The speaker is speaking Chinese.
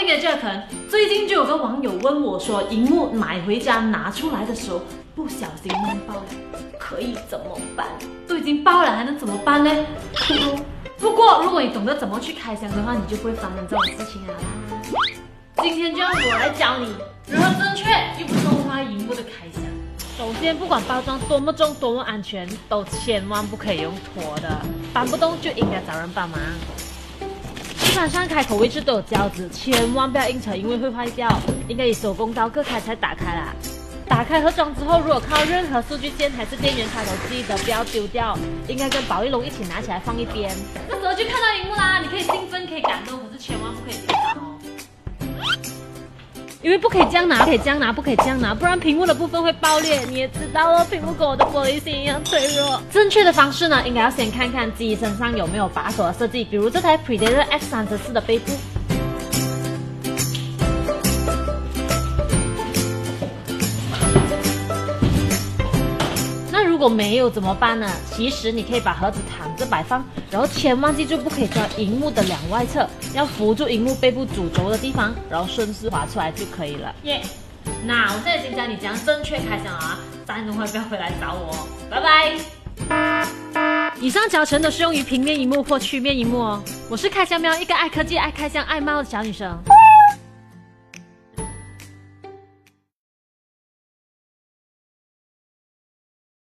给 Jack。最近就有个网友问我说，荧幕买回家拿出来的时候不小心弄爆了，可以怎么办？都已经爆了，还能怎么办呢？不过如果你懂得怎么去开箱的话，你就不会发生这种事情了啦。今天就让我来教你如何正确又不弄坏荧幕的开箱。首先，不管包装多么重、多么安全，都千万不可以用拖的，搬不动就应该找人帮忙。基本上开口位置都有胶纸，千万不要硬扯，因为会坏掉。应该以手工刀各开才打开啦。打开盒装之后，如果靠任何数据线还是电源插头，记得不要丢掉，应该跟保丽龙一起拿起来放一边。这时候就看到荧幕啦，你可以兴奋，可以感动，可是千万不可以紧张哦。因为不可以这样拿，不可以这样拿，不可以这样拿，不然屏幕的部分会爆裂。你也知道哦，屏幕跟我的玻璃心一样脆弱。正确的方式呢，应该要先看看机身上有没有把手的设计，比如这台 Predator F34的背部。那如果没有怎么办呢？其实你可以把盒子躺着摆放，然后千万记住不可以抓荧幕的两外侧，要扶住荧幕背部主轴的地方，然后顺势滑出来就可以了。耶！那我现在已经教你怎样正确开箱了啊！3点钟后不要回来找我哦，拜拜。以上教程都适用于平面荧幕或曲面荧幕哦。我是开箱喵，一个爱科技、爱开箱、爱猫的小女生。